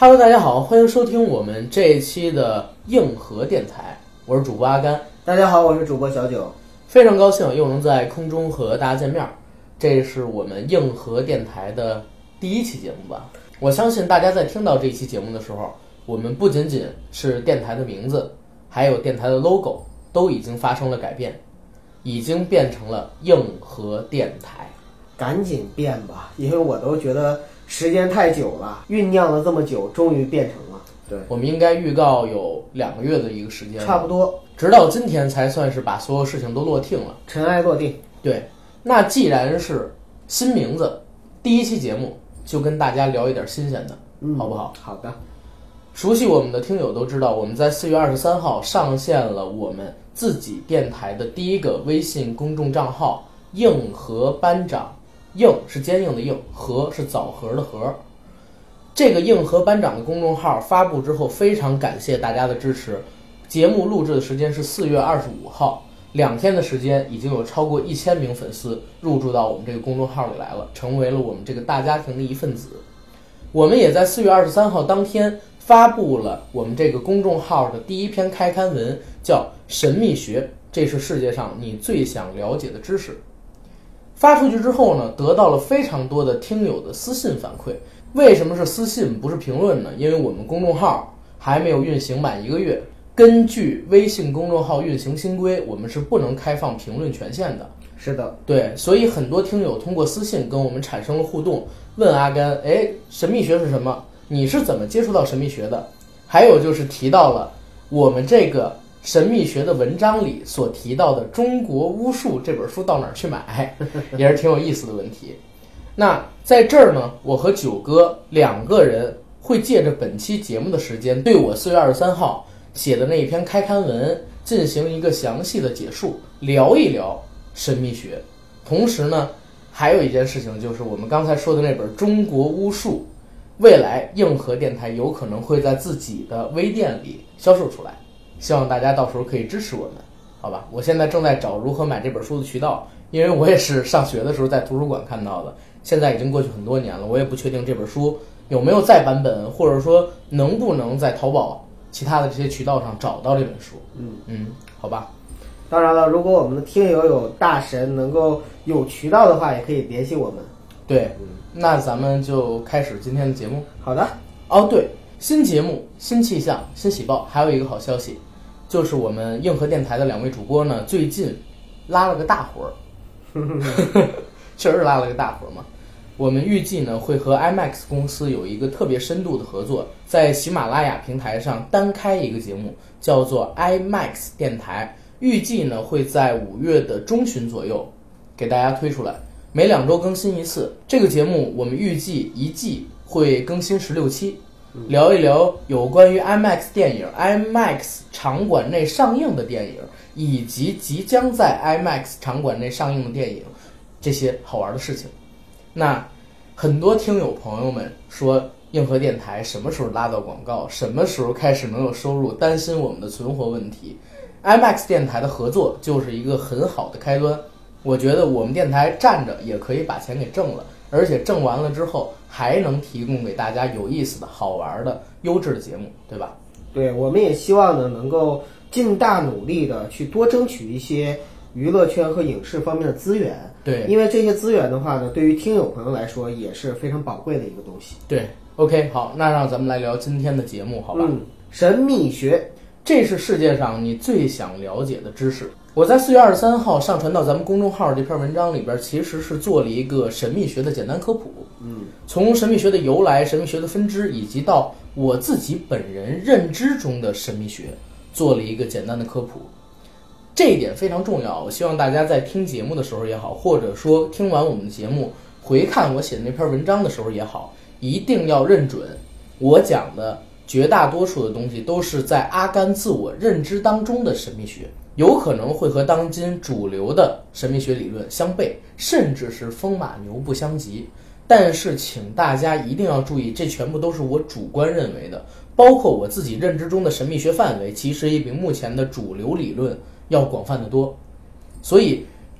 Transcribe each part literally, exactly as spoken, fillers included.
Hello， 大家好，欢迎收听我们这一期的硬核电台，我是主播阿甘。 大家好，我是主播小九。 非常高兴又能在空中和大家见面，这是我们硬核电台的第一期节目吧。我相信大家在听到这一期节目的时候，我们不仅仅是电台的名字，还有电台的 logo 都已经发生了改变，已经变成了硬核电台。 赶紧变吧，因为我都觉得时间太久了，酝酿了这么久，终于变成了。对， 我们应该预告有两个月的一个时间， 差不多， 直到今天才算是把所有事情都落定了， 尘埃落定。 对，那既然是新名字，第一期节目就跟大家聊一点新鲜的， 嗯， 好不好？ 好的。 熟悉我们的听友都知道，我们在四月二十三号上线了我们自己电台的第一个微信公众账号“硬核班长”。硬是坚硬的硬，核是枣核的核。这个硬核班长的公众号发布之后，非常感谢大家的支持。节目录制的时间是四月二十五号，两天的时间已经有超过一千名粉丝入驻到我们这个公众号里来了，成为了我们这个大家庭的一份子。我们也在四月二十三号当天发布了我们这个公众号的第一篇开刊文，叫《神秘学，这是世界上你最想了解的知识》。发出去之后呢，得到了非常多的听友的私信反馈。为什么是私信不是评论呢？因为我们公众号还没有运行满一个月，根据微信公众号运行新规，我们是不能开放评论权限的。 是的， 对，所以很多听友通过私信跟我们产生了互动，问阿甘，哎，神秘学是什么？你是怎么接触到神秘学的？还有就是提到了我们这个神秘学的文章里所提到的《中国巫术》这本书到哪儿去买，也是挺有意思的问题。那在这儿呢，我和九哥两个人会借着本期节目的时间，对我四月二十三号写的那一篇开刊文进行一个详细的解述，聊一聊神秘学。同时呢，还有一件事情就是我们刚才说的那本《中国巫术》，未来硬核电台有可能会在自己的微店里销售出来。希望大家到时候可以支持我们，好吧？我现在正在找如何买这本书的渠道，因为我也是上学的时候在图书馆看到的，现在已经过去很多年了，我也不确定这本书有没有再版本，或者说能不能在淘宝其他的这些渠道上找到这本书。 嗯嗯，好吧。 当然了，如果我们的听友有大神能够有渠道的话，也可以联系我们。 对，那咱们就开始今天的节目。 好的。 哦，对，新节目、新气象、新喜报，还有一个好消息。就是我们硬核电台的两位主播呢，最近拉了个大活儿，确实拉了个大活儿嘛。我们预计呢会和 IMAX 公司有一个特别深度的合作，在喜马拉雅平台上单开一个节目，叫做 IMAX 电台。预计呢会在五月的中旬左右给大家推出来，每两周更新一次。这个节目我们预计一季会更新十六期。聊一聊有关于 IMAX 电影 IMAX 场馆内上映的电影，以及即将在 IMAX 场馆内上映的电影，这些好玩的事情。那很多听友朋友们说硬核电台什么时候拉到广告，什么时候开始能有收入，担心我们的存活问题。 IMAX 电台的合作就是一个很好的开端，我觉得我们电台站着也可以把钱给挣了，而且挣完了之后还能提供给大家有意思的好玩的优质的节目，对吧？ 对，我们也希望呢能够尽大努力的去多争取一些娱乐圈和影视方面的资源。 对， 因为这些资源的话呢，对于听友朋友来说也是非常宝贵的一个东西。 对 OK， 好，那让咱们来聊今天的节目，好吧？ 嗯，神秘学， 这是世界上你最想了解的知识。我在四月二十三号上传到咱们公众号这篇文章里边，其实是做了一个神秘学的简单科普。 嗯， 从神秘学的由来、神秘学的分支，以及到我自己本人认知中的神秘学，做了一个简单的科普。这一点非常重要，我希望大家在听节目的时候也好，或者说听完我们的节目回看我写的那篇文章的时候也好，一定要认准我讲的绝大多数的东西都是在阿甘自我认知当中的神秘学，有可能会和当今主流的神秘学理论相悖，甚至是风马牛不相及。但是请大家一定要注意，这全部都是我主观认为的，包括我自己认知中的神秘学范围，其实也比目前的主流理论要广泛得多。所以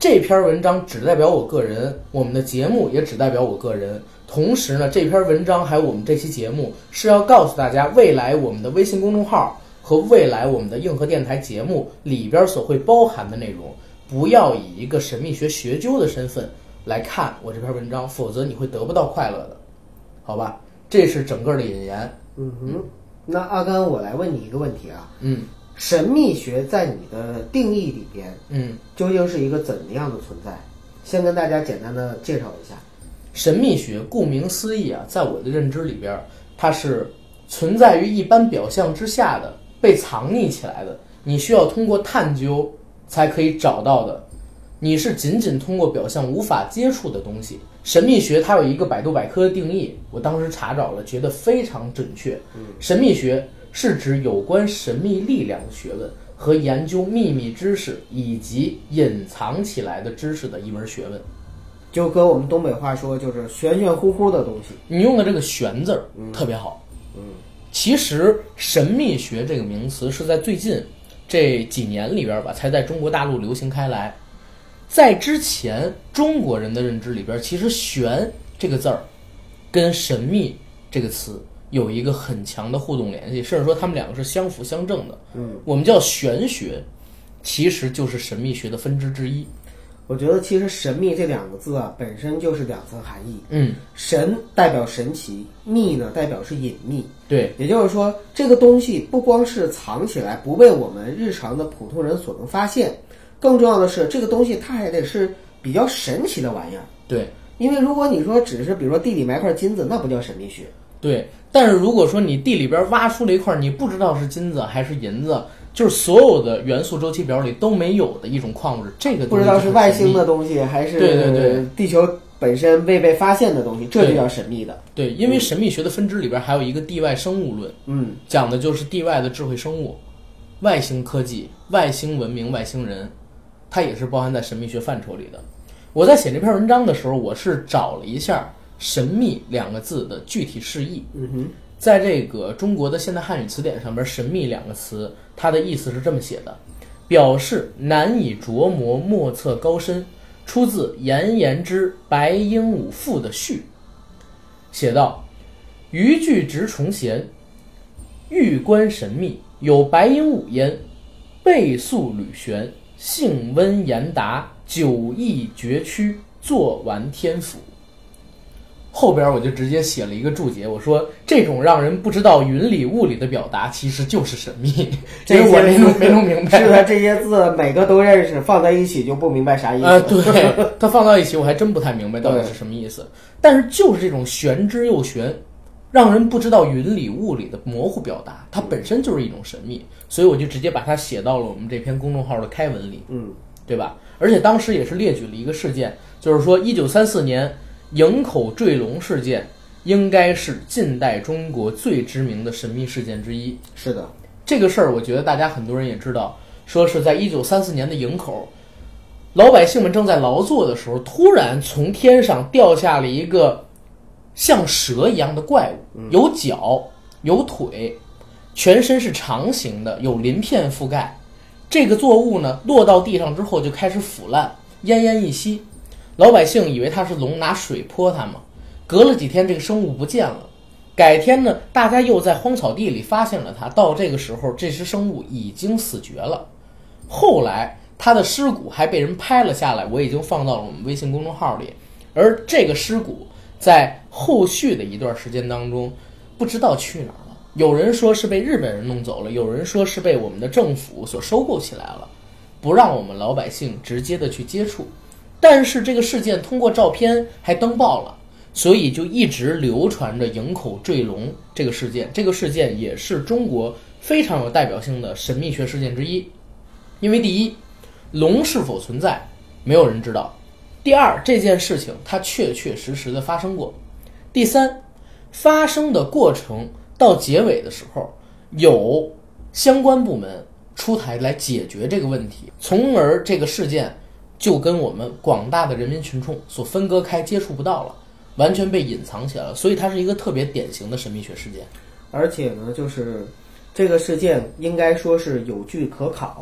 这篇文章只代表我个人，我们的节目也只代表我个人。同时呢，这篇文章还有我们这期节目是要告诉大家，未来我们的微信公众号和未来我们的硬核电台节目里边所会包含的内容，不要以一个神秘学学究的身份来看我这篇文章，否则你会得不到快乐的，好吧？这是整个的引言。 嗯哼，那阿甘，我来问你一个问题啊。 嗯， 神秘学在你的定义里边， 嗯， 究竟是一个怎样的存在？先跟大家简单的介绍一下。 神秘学顾名思义啊，在我的认知里边，它是存在于一般表象之下的，被藏匿起来的，你需要通过探究才可以找到的，你是仅仅通过表象无法接触的东西。神秘学它有一个百度百科的定义，我当时查找了，觉得非常准确。神秘学是指有关神秘力量的学问和研究秘密知识以及隐藏起来的知识的一门学问。 就跟我们东北话说，就是玄玄乎乎的东西。 你用的这个玄字儿特别好。 嗯， 其实神秘学这个名词是在最近这几年里边吧，才在中国大陆流行开来。在之前中国人的认知里边，其实玄这个字儿跟神秘这个词有一个很强的互动联系，甚至说他们两个是相辅相成的。 嗯， 我们叫玄学，其实就是神秘学的分支之一。 我觉得其实神秘这两个字啊，本身就是两层含义。 嗯， 神代表神奇，秘呢代表是隐秘。 对， 也就是说，这个东西不光是藏起来，不被我们日常的普通人所能发现，更重要的是，这个东西它还得是比较神奇的玩意儿。 对， 因为如果你说只是比如说地里埋块金子，那不叫神秘学。 对，但是如果说你地里边挖出了一块你不知道是金子还是银子，就是所有的元素周期表里都没有的一种矿物质，这个不知道是外星的东西还是对对对地球本身未被发现的东西，这就叫神秘的。 对，因为神秘学的分支里边还有一个地外生物论， 嗯， 讲的就是地外的智慧生物、外星科技、外星文明、外星人，它也是包含在神秘学范畴里的。我在写这篇文章的时候，我是找了一下神秘两个字的具体释义。 嗯哼， 在这个中国的现代汉语词典上边，神秘两个词它的意思是这么写的，表示难以琢磨，莫测高深，出自颜延之《白鹦鹉赋》的序，写道：渔具直重弦，玉观神秘，有白鹦鹉焉，背素履旋，性温言达，久意绝曲，坐玩天府。后边我就直接写了一个注解，我说这种让人不知道云里雾里的表达其实就是神秘。 这我没弄没弄明白， 是的，这些字每个都认识，放在一起就不明白啥意思。 呃，对，它放到一起我还真不太明白到底是什么意思。但是就是这种玄之又玄，让人不知道云里雾里的模糊表达，它本身就是一种神秘，所以我就直接把它写到了我们这篇公众号的开文里， 嗯， 对吧？而且当时也是列举了一个事件，就是说一九三四年营口坠龙事件应该是近代中国最知名的神秘事件之一。 是的， 这个事儿我觉得大家很多人也知道，说是在一九三四年的营口，老百姓们正在劳作的时候，突然从天上掉下了一个像蛇一样的怪物，有脚有腿，全身是长形的，有鳞片覆盖。这个作物呢落到地上之后就开始腐烂，奄奄一息。老百姓以为它是龙，拿水泼它嘛。隔了几天，这个生物不见了。改天呢，大家又在荒草地里发现了它。到这个时候，这只生物已经死绝了。后来，它的尸骨还被人拍了下来，我已经放到了我们微信公众号里。而这个尸骨在后续的一段时间当中，不知道去哪儿了。有人说是被日本人弄走了，有人说是被我们的政府所收购起来了，不让我们老百姓直接的去接触。但是这个事件通过照片还登报了，所以就一直流传着营口坠龙这个事件。这个事件也是中国非常有代表性的神秘学事件之一。因为第一，龙是否存在没有人知道；第二，这件事情它确确实实的发生过；第三，发生的过程到结尾的时候，有相关部门出台来解决这个问题，从而这个事件就跟我们广大的人民群众所分割开，接触不到了，完全被隐藏起来了。所以它是一个特别典型的神秘学事件。 而且呢，就是这个事件应该说是有据可考，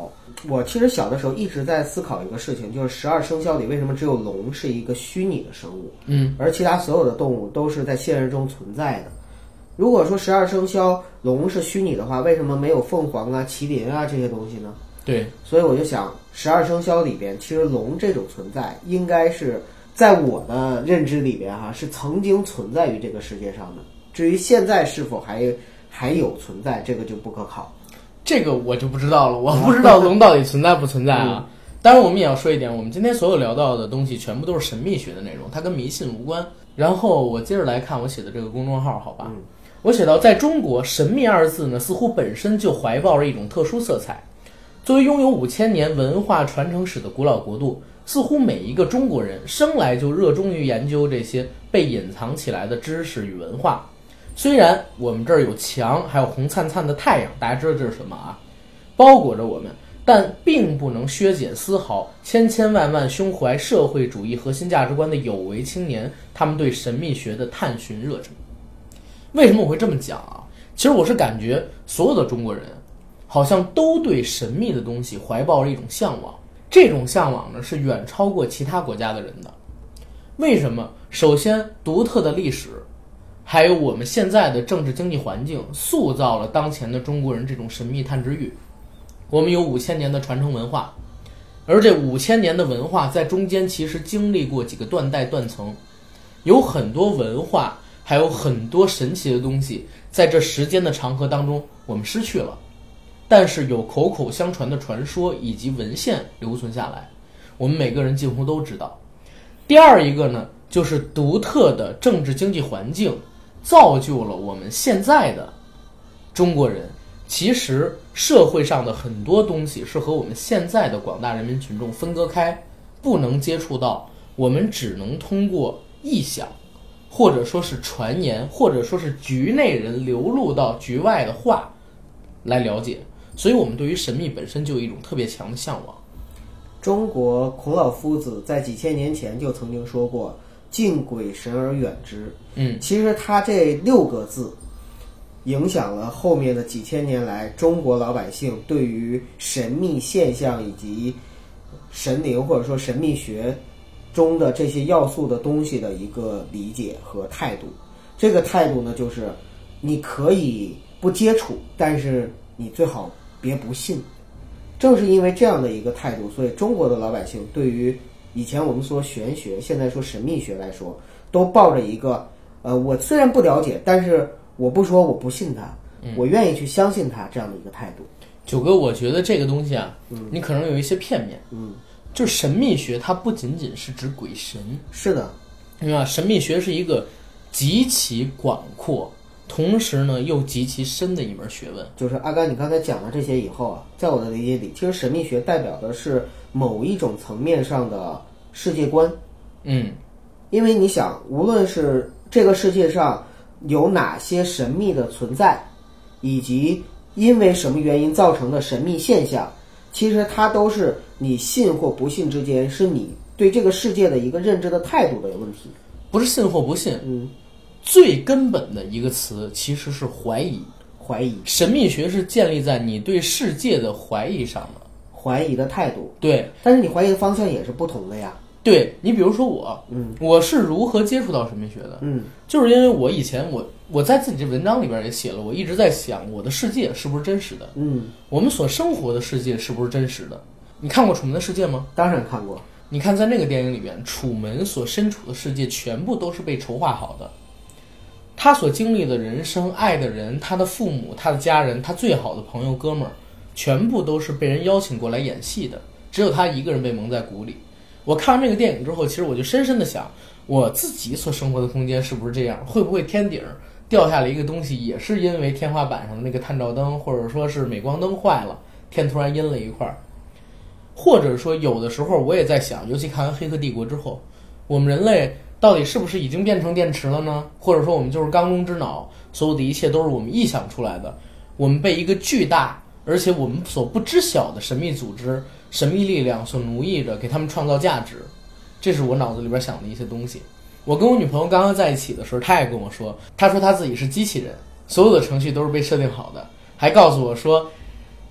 我其实小的时候一直在思考一个事情，就是十二生肖里为什么只有龙是一个虚拟的生物， 嗯， 而其他所有的动物都是在现实中存在的。如果说十二生肖龙是虚拟的话，为什么没有凤凰啊、麒麟啊这些东西呢？ 对， 所以我就想，十二生肖里边，其实龙这种存在，应该是在我的认知里边哈、啊，是曾经存在于这个世界上的。至于现在是否还还有存在，这个就不可考。 这个我就不知道了，我不知道龙到底存在不存在啊。嗯、当然，我们也要说一点，我们今天所有聊到的东西全部都是神秘学的内容，它跟迷信无关。然后我接着来看我写的这个公众号，好吧？嗯、我写到，在中国，神秘二字呢，似乎本身就怀抱着一种特殊色彩。作为拥有五千年文化传承史的古老国度，似乎每一个中国人生来就热衷于研究这些被隐藏起来的知识与文化。虽然我们这儿有墙，还有红灿灿的太阳，大家知道这是什么啊？包裹着我们，但并不能削减丝毫千千万万胸怀社会主义核心价值观的有为青年他们对神秘学的探寻热忱。为什么我会这么讲啊？其实我是感觉所有的中国人好像都对神秘的东西怀抱着一种向往，这种向往呢是远超过其他国家的人的。为什么？首先，独特的历史还有我们现在的政治经济环境塑造了当前的中国人这种神秘探知欲。我们有五千年的传承文化，而这五千年的文化在中间其实经历过几个断代断层，有很多文化还有很多神奇的东西在这时间的长河当中我们失去了，但是有口口相传的传说以及文献留存下来，我们每个人几乎都知道。第二一个呢，就是独特的政治经济环境造就了我们现在的中国人，其实社会上的很多东西是和我们现在的广大人民群众分割开，不能接触到，我们只能通过臆想，或者说是传言，或者说是局内人流露到局外的话来了解。所以我们对于神秘本身就有一种特别强的向往。 中国孔老夫子在几千年前就曾经说过，敬鬼神而远之。 嗯， 其实他这六个字影响了后面的几千年来中国老百姓对于神秘现象以及神灵或者说神秘学中的这些要素的东西的一个理解和态度。这个态度呢，就是你可以不接触，但是你最好别不信。正是因为这样的一个态度，所以中国的老百姓对于以前我们说玄学，现在说神秘学来说，都抱着一个呃，我虽然不了解，但是我不说我不信它，我愿意去相信它这样的一个态度。 九哥，我觉得这个东西啊，嗯、你可能有一些片面。 嗯， 就是神秘学它不仅仅是指鬼神， 是的， 对吧？神秘学是一个极其广阔，同时呢又极其深的一门学问。 就是阿甘，你刚才讲了这些以后啊，在我的理解里，其实神秘学代表的是某一种层面上的世界观。 嗯， 因为你想，无论是这个世界上有哪些神秘的存在，以及因为什么原因造成的神秘现象，其实它都是你信或不信之间，是你对这个世界的一个认知的态度的问题。 不是信或不信， 嗯， 最根本的一个词其实是怀疑。 怀疑， 神秘学是建立在你对世界的怀疑上的， 怀疑的态度。 对， 但是你怀疑的方向也是不同的呀。 对，你比如说我， 嗯， 我是如何接触到神秘学的？ 嗯， 就是因为我以前我我在自己的文章里边也写了，我一直在想我的世界是不是真实的？ 嗯， 我们所生活的世界是不是真实的？你看过《楚门的世界》吗？ 当然看过。 你看在那个电影里边，楚门所身处的世界全部都是被筹划好的，他所经历的人生、爱的人、他的父母、他的家人、他最好的朋友、哥们儿，全部都是被人邀请过来演戏的，只有他一个人被蒙在鼓里。我看完这个电影之后，其实我就深深的想，我自己所生活的空间是不是这样？会不会天顶掉下来一个东西，也是因为天花板上的那个探照灯或者说是镁光灯坏了，天突然阴了一块？或者说有的时候我也在想，尤其看完《黑客帝国》之后，我们人类到底是不是已经变成电池了呢？或者说我们就是缸中之脑，所有的一切都是我们臆想出来的，我们被一个巨大而且我们所不知晓的神秘组织、神秘力量所奴役着，给他们创造价值。这是我脑子里边想的一些东西。我跟我女朋友刚刚在一起的时候，她也跟我说，她说她自己是机器人，所有的程序都是被设定好的，还告诉我说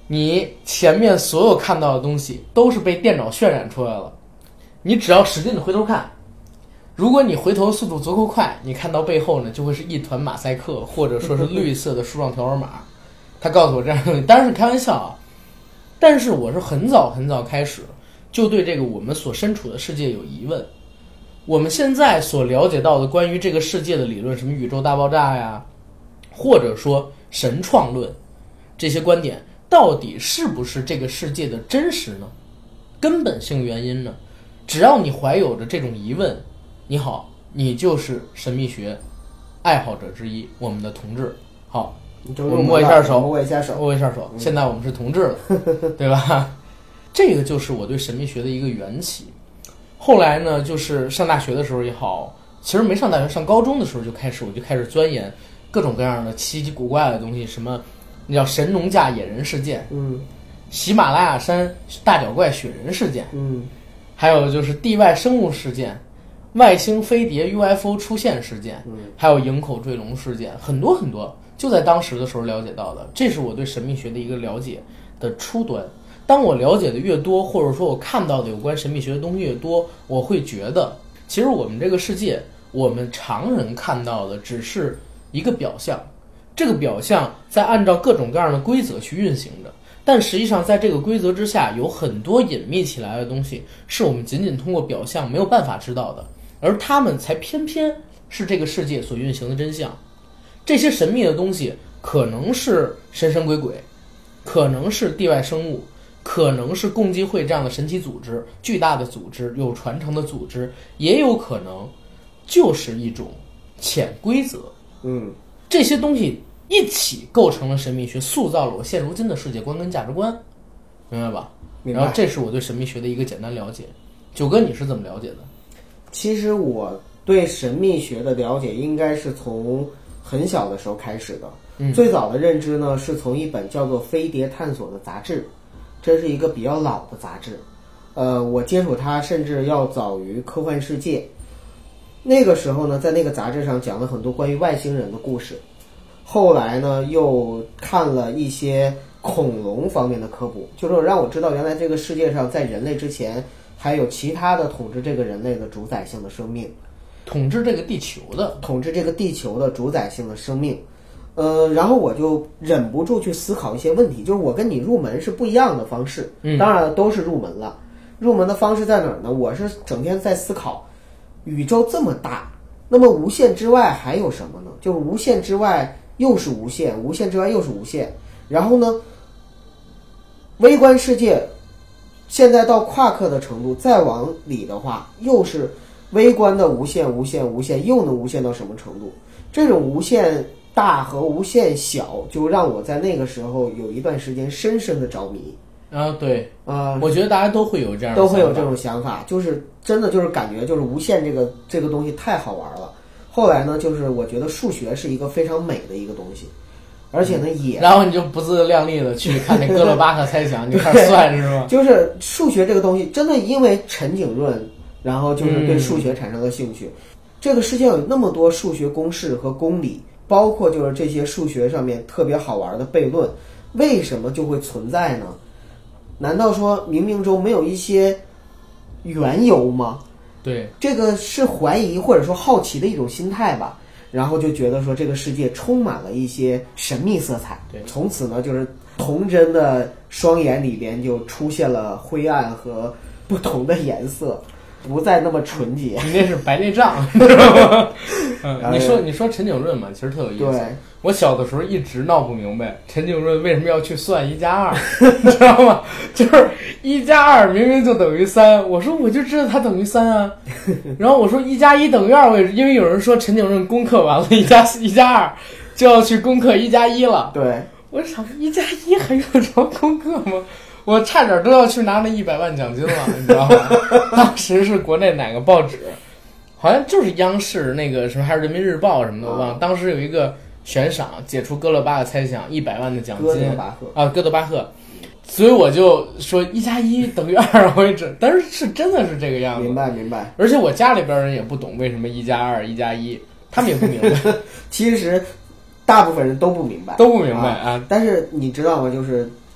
你前面所有看到的东西都是被电脑渲染出来了，你只要使劲的回头看，如果你回头速度足够快，你看到背后呢就会是一团马赛克，或者说是绿色的树状条纹码。他告诉我这样的东西，当然是开玩笑啊。但是我是很早很早开始就对这个我们所身处的世界有疑问。我们现在所了解到的关于这个世界的理论，什么宇宙大爆炸呀，或者说神创论，这些观点到底是不是这个世界的真实呢？根本性原因呢？只要你怀有着这种疑问，你好，你就是神秘学爱好者之一，我们的同志。好，我们握一下手， 握一下手， 握一下手。现在我们是同志了，对吧？这个就是我对神秘学的一个缘起。后来呢，就是上大学的时候也好，其实没上大学，上高中的时候就开始，我就开始钻研各种各样的奇奇古怪的东西，什么那叫神农架野人事件， 嗯， 喜马拉雅山大脚怪雪人事件， 嗯， 还有就是地外生物事件，外星飞碟 U F O 出现事件， 嗯， 还有营口坠龙事件，很多很多，就在当时的时候了解到的。这是我对神秘学的一个了解的初端。当我了解的越多，或者说我看到的有关神秘学的东西越多，我会觉得其实我们这个世界，我们常人看到的只是一个表象，这个表象在按照各种各样的规则去运行着，但实际上在这个规则之下有很多隐秘起来的东西是我们仅仅通过表象没有办法知道的，而它们才偏偏是这个世界所运行的真相。这些神秘的东西可能是神神鬼鬼，可能是地外生物，可能是共济会这样的神奇组织，巨大的组织，有传承的组织，也有可能就是一种潜规则。 嗯， 这些东西一起构成了神秘学，塑造了我现如今的世界观跟价值观，明白吧？ 明白。 然后这是我对神秘学的一个简单了解。九哥，你是怎么了解的？ 其实我对神秘学的了解应该是从很小的时候开始的。 嗯， 最早的认知呢是从一本叫做《飞碟探索》的杂志，这是一个比较老的杂志。呃，我接触它甚至要早于《科幻世界》。那个时候呢，在那个杂志上讲了很多关于外星人的故事。后来呢，又看了一些恐龙方面的科普，就是让我知道原来这个世界上在人类之前还有其他的统治这个人类的主宰性的生命， 统治这个地球的， 统治这个地球的主宰性的生命。呃，然后我就忍不住去思考一些问题，就是我跟你入门是不一样的方式， 嗯， 当然了，都是入门了。入门的方式在哪儿呢？我是整天在思考，宇宙这么大，那么无限之外还有什么呢？就是无限之外又是无限，无限之外又是无限。然后呢，微观世界现在到夸克的程度，再往里的话，又是微观的无限、无限、无限，又能无限到什么程度？这种无限大和无限小，就让我在那个时候有一段时间深深的着迷。 啊，对， 啊、呃， 我觉得大家都会有这样的都会有这种想法，就是真的就是感觉就是无限这个这个东西太好玩了。后来呢，就是我觉得数学是一个非常美的一个东西，而且呢也， 然后你就不自量力的去看那哥伦巴赫猜想，你就开始算是吗？ 就是数学这个东西，真的因为陈景润，然后就是对数学产生了兴趣。嗯、这个世界有那么多数学公式和公理，包括就是这些数学上面特别好玩的悖论，为什么就会存在呢？难道说冥冥中没有一些缘由吗？ 对， 这个是怀疑或者说好奇的一种心态吧。然后就觉得说这个世界充满了一些神秘色彩。 对， 从此呢，就是童真的双眼里边就出现了灰暗和不同的颜色，不再那么纯洁。 你那是白内障，知道吗？嗯，你说你说陈景润嘛，其实特有意思。 对， 我小的时候一直闹不明白陈景润为什么要去算一加二，你知道吗？就是一加二明明就等于三，我说我就知道它等于三啊。然后我说一加一等于二，为因为有人说陈景润攻克完了一加一加二就要去攻克一加一了。 对， 我想一加一还用着攻克吗？我差点都要去拿那一百万奖金了，你知道吗？当时是国内哪个报纸？好像就是央视那个什么，还是人民日报什么的，我忘了。当时有一个悬赏解除哥勒巴赫猜想一百万的奖金， 哥德巴赫啊，哥德巴赫。所以我就说一加一等于二为止，但是是真的是这个样子。 明白明白。 而且我家里边人也不懂为什么一加二一加一，他们也不明白。 其实大部分人都不明白， 都不明白啊。 啊但是你知道吗？就是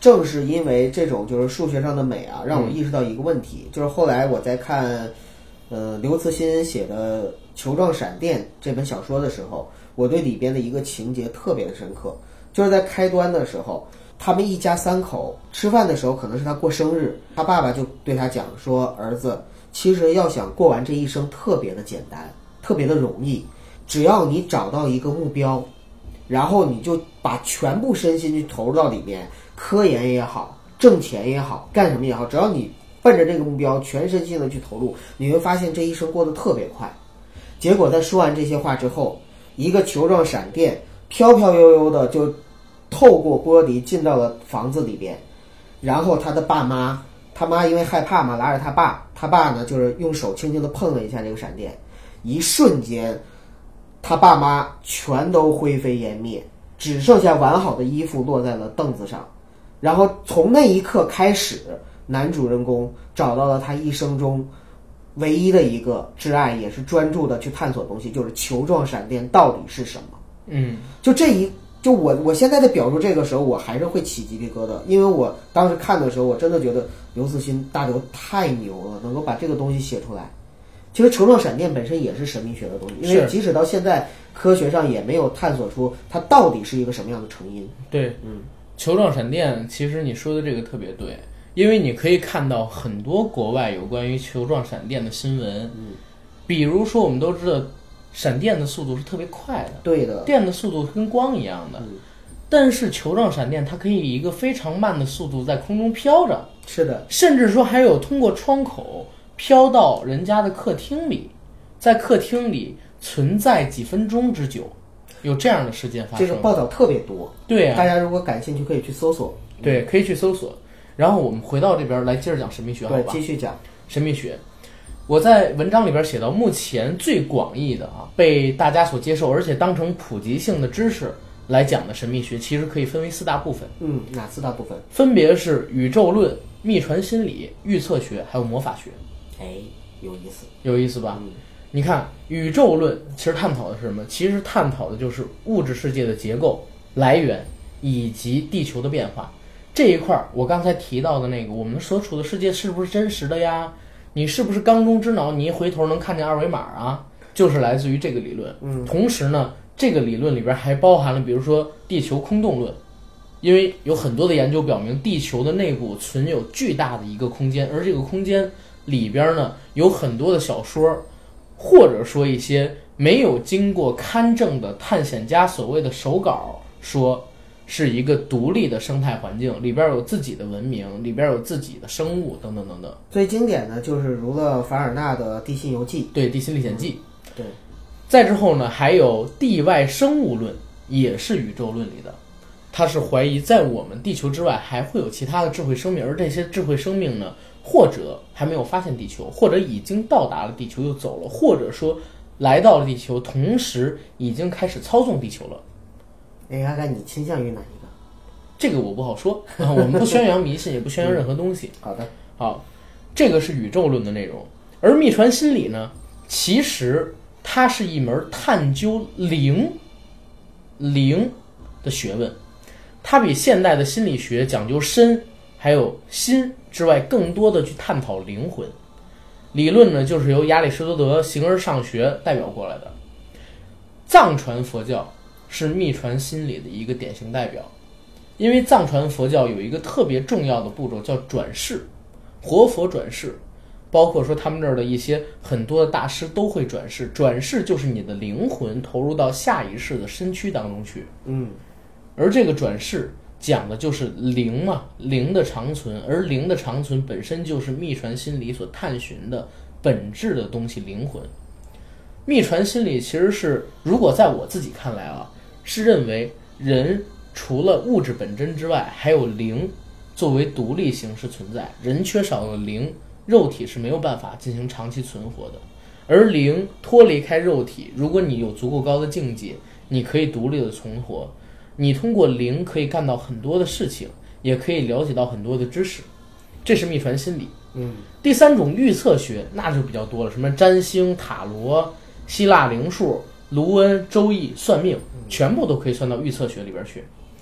正是因为这种就是数学上的美啊，让我意识到一个问题，嗯、就是后来我在看，呃，刘慈欣写的《球状闪电》这本小说的时候，我对里边的一个情节特别的深刻，就是在开端的时候，他们一家三口吃饭的时候，可能是他过生日，他爸爸就对他讲说：“儿子，其实要想过完这一生，特别的简单，特别的容易，只要你找到一个目标。”然后你就把全部身心去投入到里面，科研也好，挣钱也好，干什么也好，只要你奔着这个目标全身心的去投入，你会发现这一生过得特别快。结果在说完这些话之后，一个球状闪电飘飘悠悠的就透过玻璃进到了房子里边，然后他的爸妈，他妈因为害怕嘛，拉着他爸，他爸呢就是用手轻轻的碰了一下这个闪电，一瞬间他爸妈全都灰飞烟灭，只剩下完好的衣服落在了凳子上。然后从那一刻开始，男主人公找到了他一生中唯一的一个挚爱，也是专注的去探索的东西，就是球状闪电到底是什么。 嗯， 就这一就我我现在在表述这个时候，我还是会起鸡皮疙瘩，因为我当时看的时候，我真的觉得刘慈欣大刘太牛了，能够把这个东西写出来。其实球状闪电本身也是神秘学的东西，因为即使到现在科学上也没有探索出它到底是一个什么样的成因。 对，嗯，球状闪电其实你说的这个特别对，因为你可以看到很多国外有关于球状闪电的新闻，嗯，比如说我们都知道闪电的速度是特别快的， 对的， 电的速度跟光一样的，嗯，但是球状闪电它可以以一个非常慢的速度在空中飘着， 是的， 甚至说还有通过窗口飘到人家的客厅里，在客厅里存在几分钟之久，有这样的事件发生。 这个报道特别多， 对啊， 大家如果感兴趣可以去搜索。 对，可以去搜索。然后我们回到这边来接着讲神秘学，好吧？ 对，继续讲神秘学。我在文章里边写到，目前最广义的啊，被大家所接受，而且当成普及性的知识来讲的神秘学，其实可以分为四大部分。 嗯，哪四大部分？ 分别是宇宙论、秘传心理、预测学，还有魔法学。 哎，有意思， 有意思吧？ 嗯， 你看，宇宙论其实探讨的是什么？其实探讨的就是物质世界的结构、来源以及地球的变化。这一块我刚才提到的那个，我们所处的世界是不是真实的呀？你是不是缸中之脑？你一回头能看见二维码啊？就是来自于这个理论。 嗯， 同时呢，这个理论里边还包含了，比如说地球空洞论，因为有很多的研究表明，地球的内部存有巨大的一个空间，而这个空间里边呢有很多的小说，或者说一些没有经过勘证的探险家所谓的手稿，说是一个独立的生态环境，里边有自己的文明，里边有自己的生物等等等等。 最经典的就是儒勒·凡尔纳的《地心游记》， 对，《地心历险记》。 对， 再之后呢，还有地外生物论，也是宇宙论里的。他是怀疑在我们地球之外还会有其他的智慧生命，而这些智慧生命呢，或者还没有发现地球，或者已经到达了地球又走了，或者说来到了地球，同时已经开始操纵地球了。 哎，阿甘，你倾向于哪一个？ 这个我不好说啊，我们不宣扬迷信，也不宣扬任何东西。 好的， 好，这个是宇宙论的内容。而秘传心理呢，其实它是一门探究灵灵的学问，它比现代的心理学讲究身还有心之外，更多的去探讨灵魂。理论呢，就是由亚里士多德形而上学代表过来的。藏传佛教是秘传心理的一个典型代表，因为藏传佛教有一个特别重要的步骤叫转世，活佛转世，包括说他们这儿的一些很多的大师都会转世，转世就是你的灵魂投入到下一世的身躯当中去。 嗯， 而这个转世讲的就是灵嘛，灵的长存，而灵的长存本身就是秘传心理所探寻的本质的东西，灵魂。秘传心理其实是，如果在我自己看来啊，是认为人除了物质本真之外，还有灵作为独立形式存在，人缺少了灵，肉体是没有办法进行长期存活的。而灵脱离开肉体，如果你有足够高的境界，你可以独立的存活，你通过灵可以干到很多的事情，也可以了解到很多的知识，这是秘传心理。 嗯， 第三种预测学那就比较多了，什么占星、塔罗、希腊灵数、卢恩、周易、算命，全部都可以算到预测学里边去。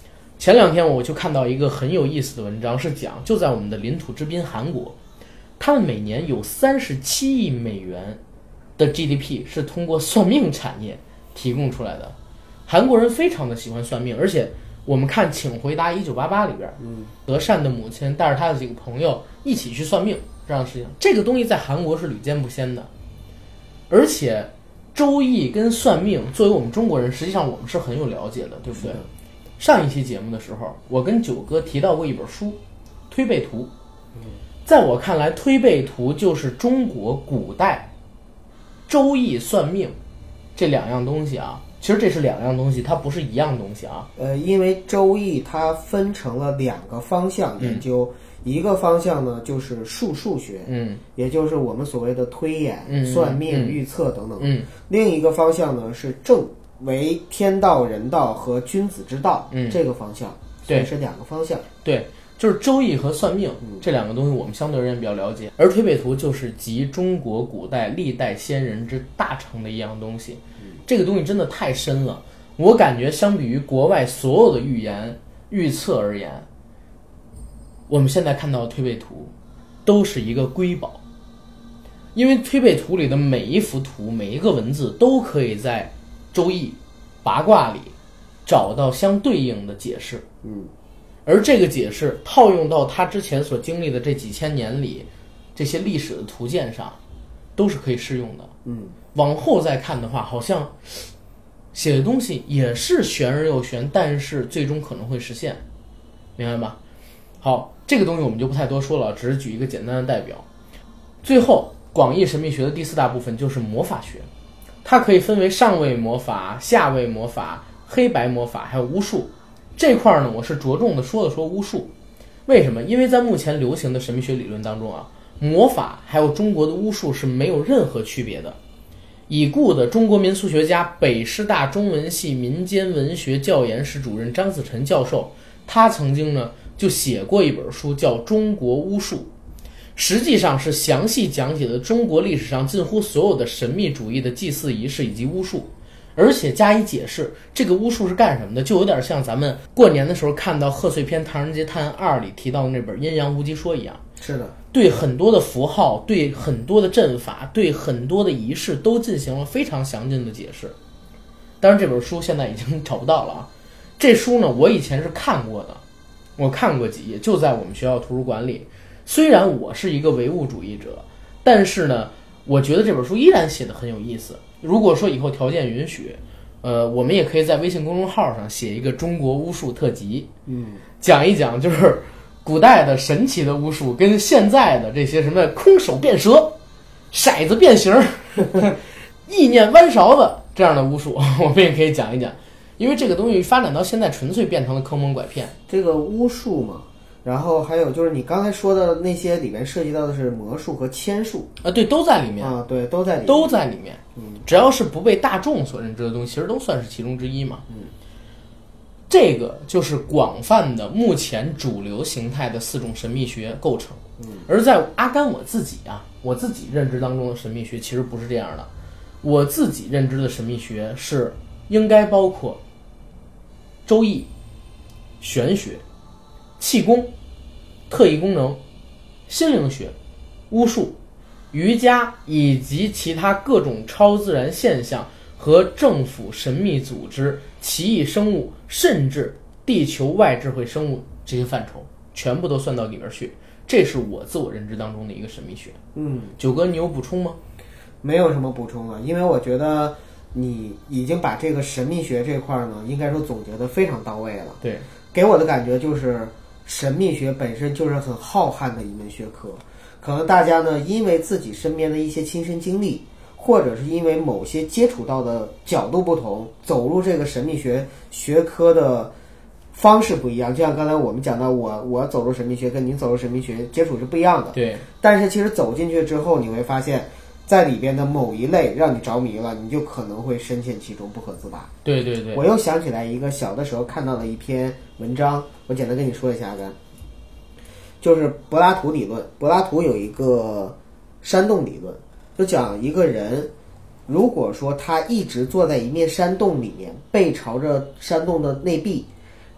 前两天我就看到一个很有意思的文章，是讲就在我们的领土之滨韩国，他们每年有三十七亿美元的 G D P 是通过算命产业提供出来的。韩国人非常的喜欢算命，而且我们看《请回答一九八八》里边， 嗯， 德善的母亲带着他的几个朋友一起去算命这样的事情，这个东西在韩国是屡见不鲜的。而且周易跟算命作为我们中国人，实际上我们是很有了解的，对不对？上一期节目的时候，我跟九哥提到过一本书《推背图》，在我看来，《推背图》就是中国古代周易算命这两样东西啊。其实这是两样东西，它不是一样东西啊。 呃，因为周易它分成了两个方向研究，嗯、一个方向呢就是术数学， 嗯， 也就是我们所谓的推演、 嗯、 算命、 嗯、 预测等等。 嗯， 另一个方向呢是正为天道、人道和君子之道， 嗯， 这个方向，所以是两个方向。 对，就是周易和算命、嗯、这两个东西，我们相对而言比较了解。而推背图就是集中国古代历代先人之大成的一样东西。这个东西真的太深了，我感觉相比于国外所有的预言预测而言，我们现在看到的推背图都是一个瑰宝。因为推背图里的每一幅图、每一个文字都可以在周易、八卦里找到相对应的解释。 嗯， 而这个解释套用到他之前所经历的这几千年里这些历史的图鉴上，都是可以适用的。 嗯。 往后再看的话，好像写的东西也是玄而又玄，但是最终可能会实现，明白吧？好，这个东西我们就不太多说了，只是举一个简单的代表。最后，广义神秘学的第四大部分就是魔法学，它可以分为上位魔法、下位魔法、黑白魔法，还有巫术。这块呢，我是着重的说了说巫术。为什么？因为在目前流行的神秘学理论当中啊，魔法还有中国的巫术是没有任何区别的。已故的中国民俗学家、北师大中文系民间文学教研室主任张子晨教授，他曾经呢就写过一本书叫《中国巫术》，实际上是详细讲解了中国历史上近乎所有的神秘主义的祭祀仪式以及巫术，而且加以解释这个巫术是干什么的，就有点像咱们过年的时候看到贺岁片《唐人街探案二》里提到的那本《阴阳无极说》一样。 是的， 对很多的符号、对很多的阵法、对很多的仪式都进行了非常详尽的解释。当然这本书现在已经找不到了啊。这书呢我以前是看过的，我看过几页，就在我们学校图书馆里。虽然我是一个唯物主义者，但是呢我觉得这本书依然写得很有意思。如果说以后条件允许，呃，我们也可以在微信公众号上写一个中国巫术特辑， 嗯， 讲一讲就是古代的神奇的巫术跟现在的这些什么空手变蛇、骰子变形、意念弯勺子这样的巫术，我们也可以讲一讲。因为这个东西发展到现在，纯粹变成了坑蒙拐骗。 这个巫术嘛，然后还有就是你刚才说的那些里面涉及到的是魔术和签术啊，对，都在里面啊，对，都在里面， 都在里面。 嗯， 只要是不被大众所认知的东西，其实都算是其中之一嘛。 嗯。 这个就是广泛的目前主流形态的四种神秘学构成。 嗯， 而在阿甘我自己啊，我自己认知当中的神秘学其实不是这样的。我自己认知的神秘学是应该包括周易、玄学、气功、特异功能、心灵学、巫术、瑜伽以及其他各种超自然现象和政府神秘组织、奇异生物，甚至地球外智慧生物这些范畴，全部都算到里面去。这是我自我认知当中的一个神秘学。 嗯， 九哥，你有补充吗？ 没有什么补充了，因为我觉得你已经把这个神秘学这块呢，应该说总结得非常到位了。 对， 给我的感觉就是神秘学本身就是很浩瀚的一门学科，可能大家呢因为自己身边的一些亲身经历，或者是因为某些接触到的角度不同，走入这个神秘学学科的方式不一样。就像刚才我们讲到，我我走入神秘学跟您走入神秘学接触是不一样的。 对， 但是其实走进去之后，你会发现在里边的某一类让你着迷了，你就可能会深陷其中不可自拔。 对对对， 我又想起来一个小的时候看到的一篇文章，我简单跟你说一下，阿甘，就是柏拉图理论。柏拉图有一个山洞理论，就讲一个人如果说他一直坐在一面山洞里面，背朝着山洞的内壁，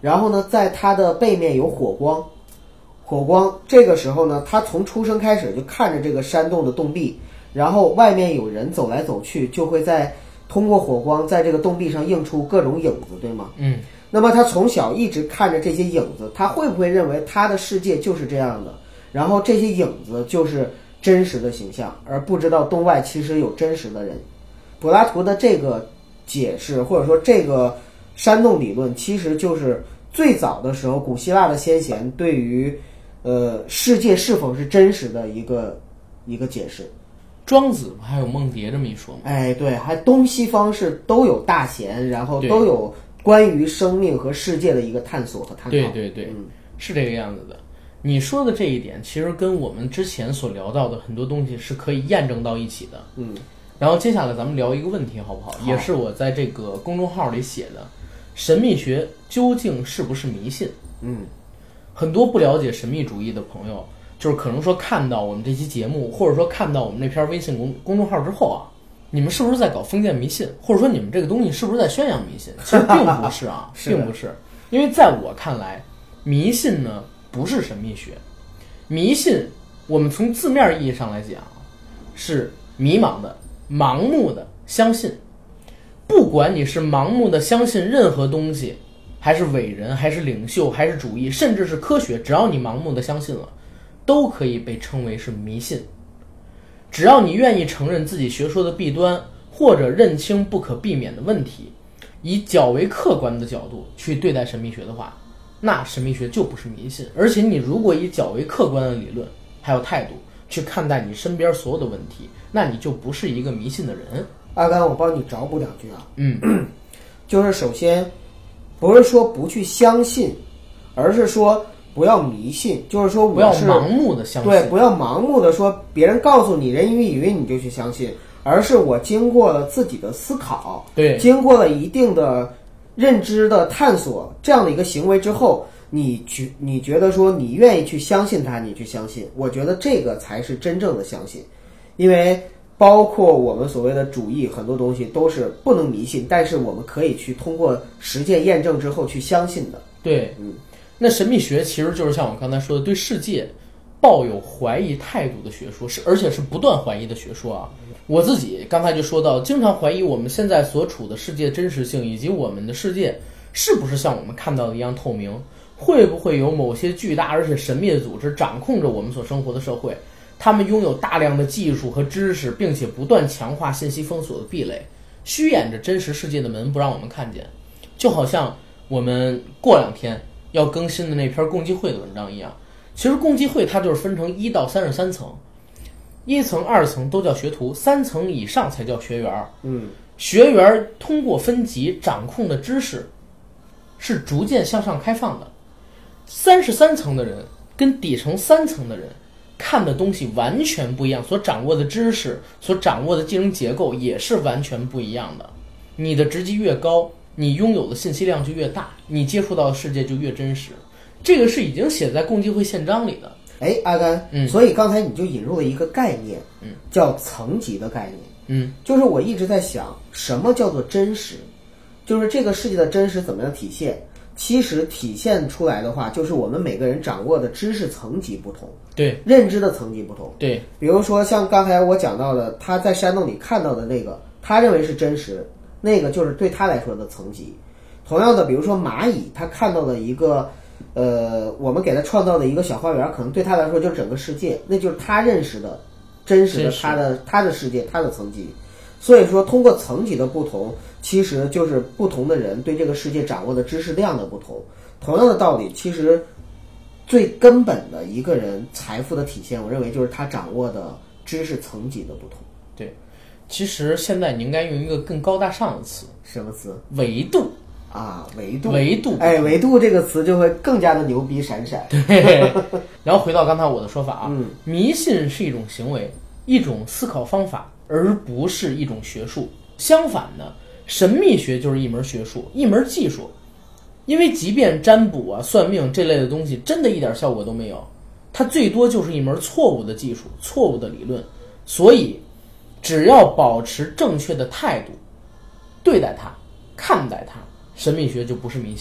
然后呢，在它的背面有火光，火光这个时候呢，他从出生开始就看着这个山洞的洞壁，然后外面有人走来走去，就会在通过火光在这个洞壁上映出各种影子，对吗？ 嗯。 那么他从小一直看着这些影子，他会不会认为他的世界就是这样的？然后这些影子就是真实的形象，而不知道洞外其实有真实的人。柏拉图的这个解释，或者说这个山洞理论，其实就是最早的时候古希腊的先贤对于呃世界是否是真实的一个一个解释。 庄子还有梦蝶这么一说吗？ 哎，对，还东西方是都有大贤，然后都有关于生命和世界的一个探索和探讨。 对对对，嗯，是这个样子的。你说的这一点，其实跟我们之前所聊到的很多东西是可以验证到一起的。 嗯， 然后接下来咱们聊一个问题，好不好？好，也是我在这个公众号里写的，神秘学究竟是不是迷信？ 嗯， 很多不了解神秘主义的朋友，就是可能说看到我们这期节目，或者说看到我们那篇微信公公众号之后啊，你们是不是在搞封建迷信，或者说你们这个东西是不是在宣扬迷信？其实并不是啊，并不是，因为在我看来，迷信呢不是神秘学，迷信我们从字面意义上来讲是迷茫的、盲目的相信。不管你是盲目的相信任何东西，还是伟人，还是领袖，还是主义，甚至是科学，只要你盲目的相信了，都可以被称为是迷信。只要你愿意承认自己学说的弊端，或者认清不可避免的问题，以较为客观的角度去对待神秘学的话，那神秘学就不是迷信。而且你如果以较为客观的理论还有态度去看待你身边所有的问题，那你就不是一个迷信的人。 阿甘，我帮你找补两句啊。 嗯， 就是首先不是说不去相信，而是说不要迷信，就是说我不要盲目的相信， 对，不要盲目的说别人告诉你人云亦云你就去相信，而是我经过了自己的思考， 对， 经过了一定的认知的探索这样的一个行为之后，你觉你觉得说你愿意去相信它，你去相信，我觉得这个才是真正的相信。因为包括我们所谓的主义，很多东西都是不能迷信，但是我们可以去通过实践验证之后去相信的。 对，嗯，那神秘学其实就是像我刚才说的，对世界抱有怀疑态度的学说，是而且是不断怀疑的学说啊。我自己刚才就说到，经常怀疑我们现在所处的世界真实性，以及我们的世界是不是像我们看到的一样透明，会不会有某些巨大而且神秘的组织掌控着我们所生活的社会，他们拥有大量的技术和知识，并且不断强化信息封锁的壁垒，虚掩着真实世界的门不让我们看见。就好像我们过两天要更新的那篇共济会的文章一样，其实共济会它就是分成一到三十三层，一层二层都叫学徒，三层以上才叫学员。 嗯， 学员通过分级掌控的知识是逐渐向上开放的，三十三层的人跟底层三层的人看的东西完全不一样，所掌握的知识，所掌握的技能结构也是完全不一样的。你的职级越高，你拥有的信息量就越大，你接触到的世界就越真实。这个是已经写在共济会宪章里的。 哎，阿甘， 嗯， 所以刚才你就引入了一个概念， 嗯， 叫层级的概念。 嗯， 就是我一直在想，什么叫做真实？就是这个世界的真实怎么样体现？其实体现出来的话，就是我们每个人掌握的知识层级不同， 对， 认知的层级不同， 对。 比如说像刚才我讲到的，他在山洞里看到的那个，他认为是真实，那个就是对他来说的层级。同样的，比如说蚂蚁，他看到的一个，呃，我们给他创造的一个小花园，可能对他来说就是整个世界，那就是他认识的真实的他的他的世界，他的层级。所以说，通过层级的不同，其实就是不同的人对这个世界掌握的知识量的不同。同样的道理，其实最根本的一个人财富的体现，我认为就是他掌握的知识层级的不同。 对，其实现在你应该用一个更高大上的词。 什么词？ 维度啊，维度， 维度， 哎，维度这个词就会更加的牛逼闪闪。 对，然后回到刚才我的说法啊， 嗯， 迷信是一种行为，一种思考方法，而不是一种学术。相反的，神秘学就是一门学术，一门技术。因为即便占卜啊、算命这类的东西，真的一点效果都没有，它最多就是一门错误的技术、错误的理论。所以，只要保持正确的态度对待它、看待它，神秘学就不是迷信。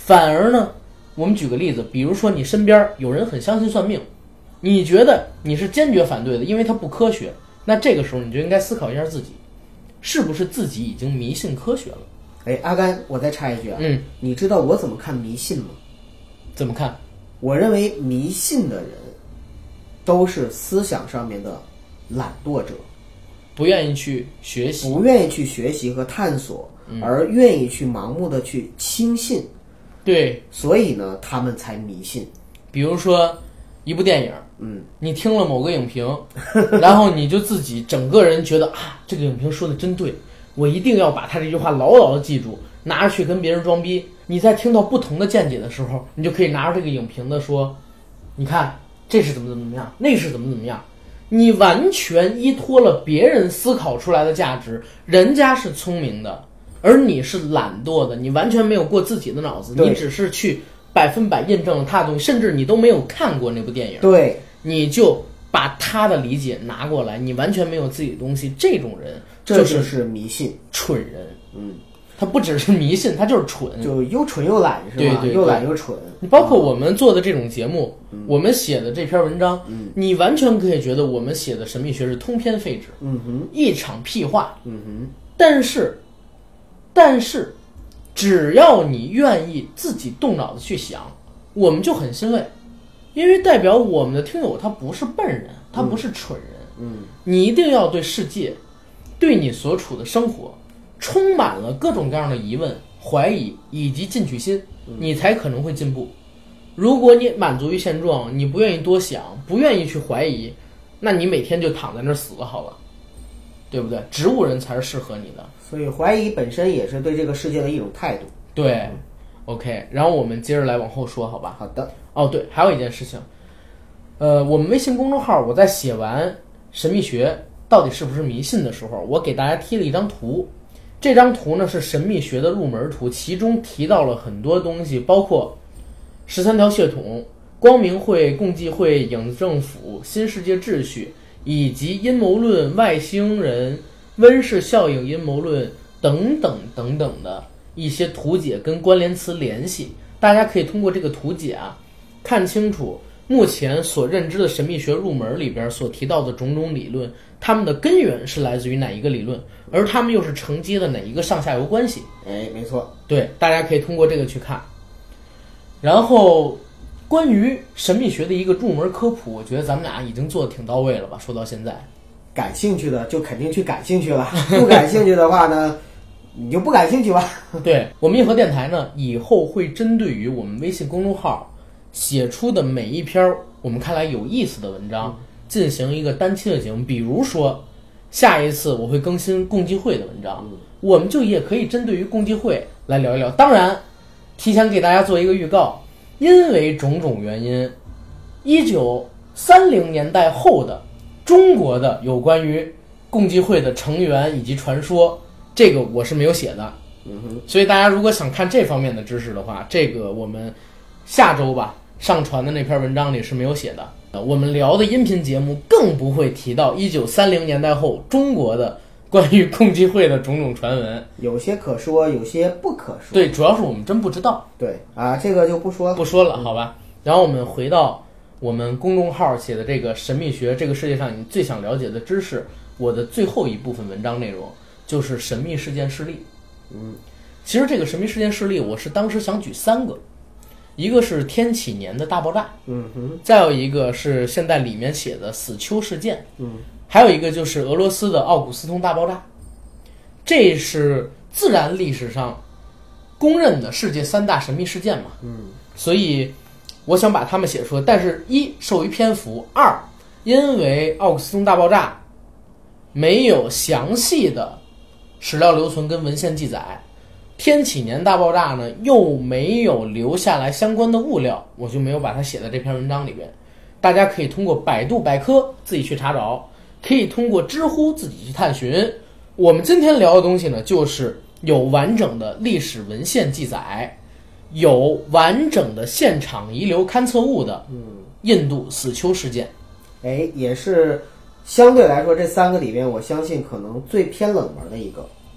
反而呢，我们举个例子，比如说你身边有人很相信算命，你觉得你是坚决反对的，因为它不科学，那这个时候你就应该思考一下自己，是不是自己已经迷信科学了？ 哎，阿甘，我再插一句啊， 嗯， 你知道我怎么看迷信吗？ 怎么看？ 我认为迷信的人都是思想上面的懒惰者， 不愿意去学习， 不愿意去学习和探索，嗯、而愿意去盲目的去轻信。 对， 所以呢，他们才迷信。 比如说一部电影， 嗯， 你听了某个影评，然后你就自己整个人觉得啊，这个影评说的真对，我一定要把他这句话牢牢的记住，拿着去跟别人装逼。你在听到不同的见解的时候，你就可以拿着这个影评的说，你看这是怎么怎么怎么样，那是怎么怎么样，你完全依托了别人思考出来的价值，人家是聪明的，而你是懒惰的，你完全没有过自己的脑子，你只是去百分百印证了他的东西，甚至你都没有看过那部电影， 对， 你就把他的理解拿过来，你完全没有自己的东西，这种人这就是迷信， 蠢人。 嗯， 他不只是迷信，他就是蠢， 就又蠢又懒，是吧？ 对对对， 又懒又蠢。 你包括我们做的这种节目， 嗯、 我们写的这篇文章， 嗯， 你完全可以觉得我们写的神秘学是通篇废纸， 嗯哼， 一场屁话， 嗯哼。 但是，但是，只要你愿意自己动脑子去想，我们就很欣慰，因为代表我们的听友他不是笨人，他不是蠢人， 嗯， 你一定要对世界，对你所处的生活，充满了各种各样的疑问、怀疑以及进取心，你才可能会进步。如果你满足于现状，你不愿意多想，不愿意去怀疑，那你每天就躺在那儿死了好了，对不对？植物人才是适合你的。 所以怀疑本身也是对这个世界的一种态度。 对、嗯、OK， 然后我们接着来往后说，好吧？ 好的。 哦，对，还有一件事情，呃，我们微信公众号，我在写完神秘学到底是不是迷信的时候，我给大家贴了一张图。这张图呢是神秘学的入门图，其中提到了很多东西，包括十三条血统、光明会、共济会、影子政府、新世界秩序，以及阴谋论、外星人、温室效应阴谋论等等等等的一些图解跟关联词联系。大家可以通过这个图解啊，看清楚目前所认知的神秘学入门里边所提到的种种理论，它们的根源是来自于哪一个理论，而它们又是承接的哪一个上下游关系。 哎，没错， 对，大家可以通过这个去看。然后关于神秘学的一个入门科普，我觉得咱们俩已经做的挺到位了吧，说到现在。 感兴趣的就肯定去感兴趣了，不感兴趣的话呢你就不感兴趣吧。 对，我们硬核电台呢以后会针对于我们微信公众号写出的每一篇我们看来有意思的文章进行一个单期的节目。比如说下一次我会更新共济会的文章，我们就也可以针对于共济会来聊一聊。当然提前给大家做一个预告，因为种种原因，一九三零年代后的中国的有关于共济会的成员以及传说，这个我是没有写的。 嗯哼， 所以大家如果想看这方面的知识的话，这个我们下周吧上传的那篇文章里是没有写的。我们聊的音频节目更不会提到一九三零年代后中国的关于共济会的种种传闻， 有些可说，有些不可说。 对，主要是我们真不知道。 对啊，这个就不说了， 不说了，好吧。然后我们回到我们公众号写的这个神秘学，这个世界上你最想了解的知识，我的最后一部分文章内容就是神秘事件事例。 嗯， 其实这个神秘事件事例，我是当时想举三个，一个是天启年的大爆炸， 嗯哼， 再有一个是现在里面写的死丘事件， 嗯， 还有一个就是俄罗斯的奥古斯通大爆炸。这是自然历史上公认的世界三大神秘事件嘛， 嗯， 所以我想把它们写出来。但是一受于篇幅，二因为奥古斯通大爆炸没有详细的史料留存跟文献记载，天启年大爆炸呢又没有留下来相关的物料，我就没有把它写在这篇文章里边。大家可以通过百度百科自己去查找，可以通过知乎自己去探寻。我们今天聊的东西呢，就是有完整的历史文献记载，有完整的现场遗留勘测物的印度死丘事件。 哎，也是相对来说这三个里面，我相信可能最偏冷门的一个。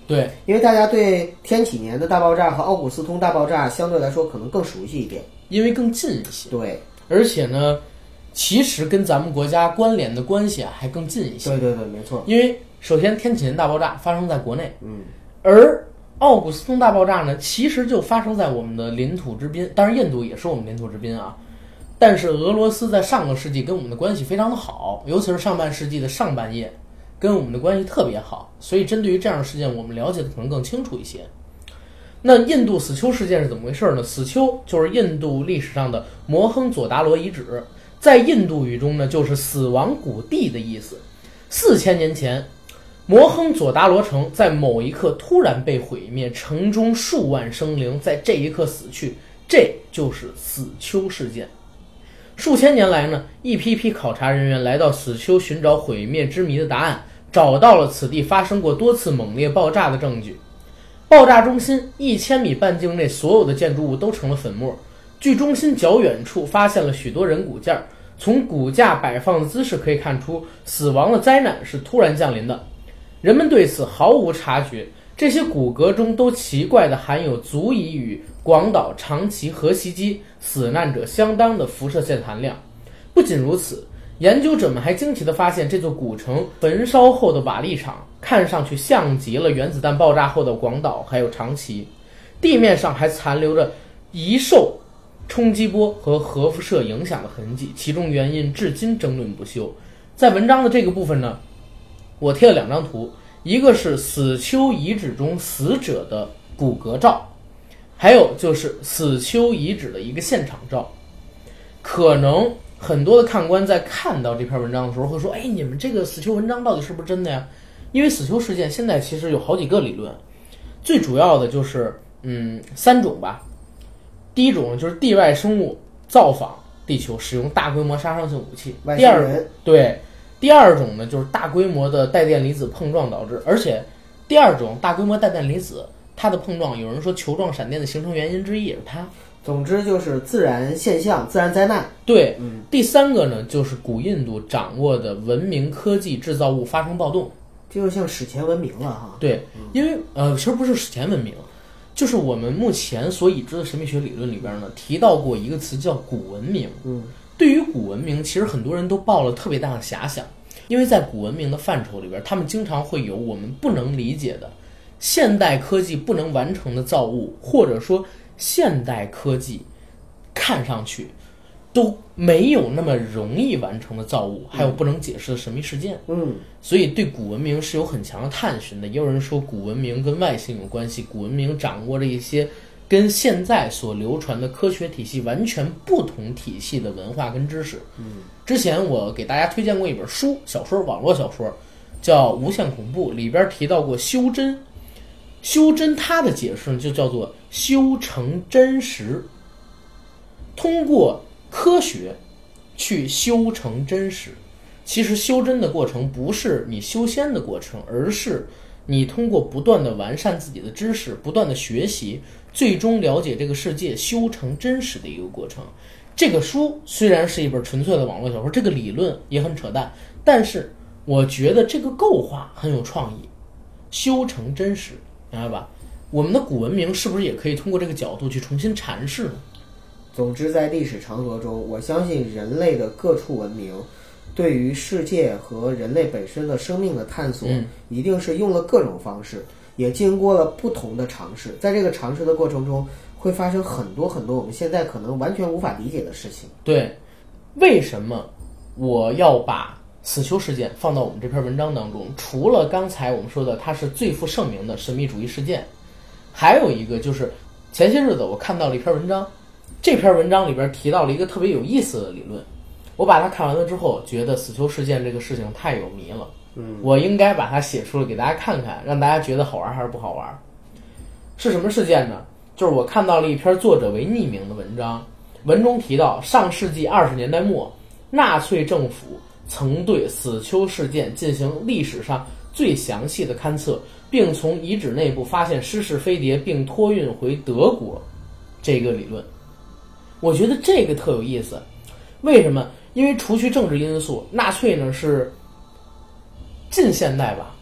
对， 因为大家对天启年的大爆炸和奥古斯通大爆炸相对来说可能更熟悉一点， 因为更近一些。 对， 而且呢，其实跟咱们国家关联的关系啊还更近一些。 对对对，没错。 因为首先天启年大爆炸发生在国内， 嗯， 而奥古斯通大爆炸呢，其实就发生在我们的领土之滨，当然印度也是我们领土之滨啊。但是俄罗斯在上个世纪跟我们的关系非常的好，尤其是上半世纪的上半叶，跟我们的关系特别好，所以针对于这样的事件，我们了解的可能更清楚一些。那印度死丘事件是怎么回事呢？死丘就是印度历史上的摩亨佐达罗遗址，在印度语中呢，就是死亡谷地的意思。四千年前，摩亨佐达罗城在某一刻突然被毁灭，城中数万生灵在这一刻死去，这就是死丘事件。数千年来呢，一批批考察人员来到死丘寻找毁灭之谜的答案，找到了此地发生过多次猛烈爆炸的证据。爆炸中心一千米半径内所有的建筑物都成了粉末，距中心较远处发现了许多人骨架，从骨架摆放的姿势可以看出，死亡的灾难是突然降临的。人们对此毫无察觉，这些骨骼中都奇怪地含有足以与广岛、长崎核袭击死难者相当的辐射线含量。不仅如此，研究者们还惊奇地发现，这座古城焚烧后的瓦砾场看上去像极了原子弹爆炸后的广岛还有长崎，地面上还残留着已受冲击波和核辐射影响的痕迹，其中原因至今争论不休。在文章的这个部分呢，我贴了两张图，一个是死丘遗址中死者的骨骼照，还有就是死丘遗址的一个现场照。可能很多的看官在看到这篇文章的时候会说，哎，你们这个死丘文章到底是不是真的呀？因为死丘事件现在其实有好几个理论，最主要的就是嗯三种吧。第一种就是地外生物造访地球，使用大规模杀伤性武器。第二对第二种呢，就是大规模的带电离子碰撞导致，而且第二种大规模带电离子它的碰撞，有人说球状闪电的形成原因之一也是它。 总之就是自然现象、自然灾难。 对， 嗯。 第三个呢，就是古印度掌握的文明科技制造物发生暴动， 这就像史前文明了哈。 对，因为呃，其实不是史前文明，就是我们目前所已知的神秘学理论里边呢，提到过一个词叫古文明。 嗯， 对于古文明，其实很多人都抱了特别大的遐想，因为在古文明的范畴里边，他们经常会有我们不能理解的现代科技不能完成的造物，或者说现代科技看上去都没有那么容易完成的造物，还有不能解释的神秘事件。 嗯， 所以对古文明是有很强的探寻的。也有人说古文明跟外星有关系，古文明掌握着一些跟现在所流传的科学体系完全不同体系的文化跟知识。 嗯， 之前我给大家推荐过一本书，小说，网络小说，叫《无限恐怖》，里边提到过修真。修真它的解释就叫做修成真实，通过科学去修成真实。其实修真的过程不是你修仙的过程，而是你通过不断的完善自己的知识，不断的学习，最终了解这个世界，修成真实的一个过程。这个书虽然是一本纯粹的网络小说，这个理论也很扯淡，但是我觉得这个构化很有创意，修成真实，明白吧？我们的古文明是不是也可以通过这个角度去重新阐释呢？ 总之，在历史长河中，我相信人类的各处文明对于世界和人类本身的生命的探索， 嗯， 一定是用了各种方式，也经过了不同的尝试。在这个尝试的过程中，会发生很多很多我们现在可能完全无法理解的事情。 对，为什么我要把死丘事件放到我们这篇文章当中？除了刚才我们说的它是最负盛名的神秘主义事件，还有一个就是前些日子我看到了一篇文章，这篇文章里边提到了一个特别有意思的理论，我把它看完了之后，觉得死丘事件这个事情太有谜了， 嗯， 我应该把它写出来给大家看看，让大家觉得好玩还是不好玩。是什么事件呢？就是我看到了一篇作者为匿名的文章，文中提到上世纪二十年代末，纳粹政府曾对死丘事件进行历史上最详细的勘测，并从遗址内部发现失事飞碟，并托运回德国。这个理论我觉得这个特有意思。为什么？因为除去政治因素，纳粹呢是近现代吧，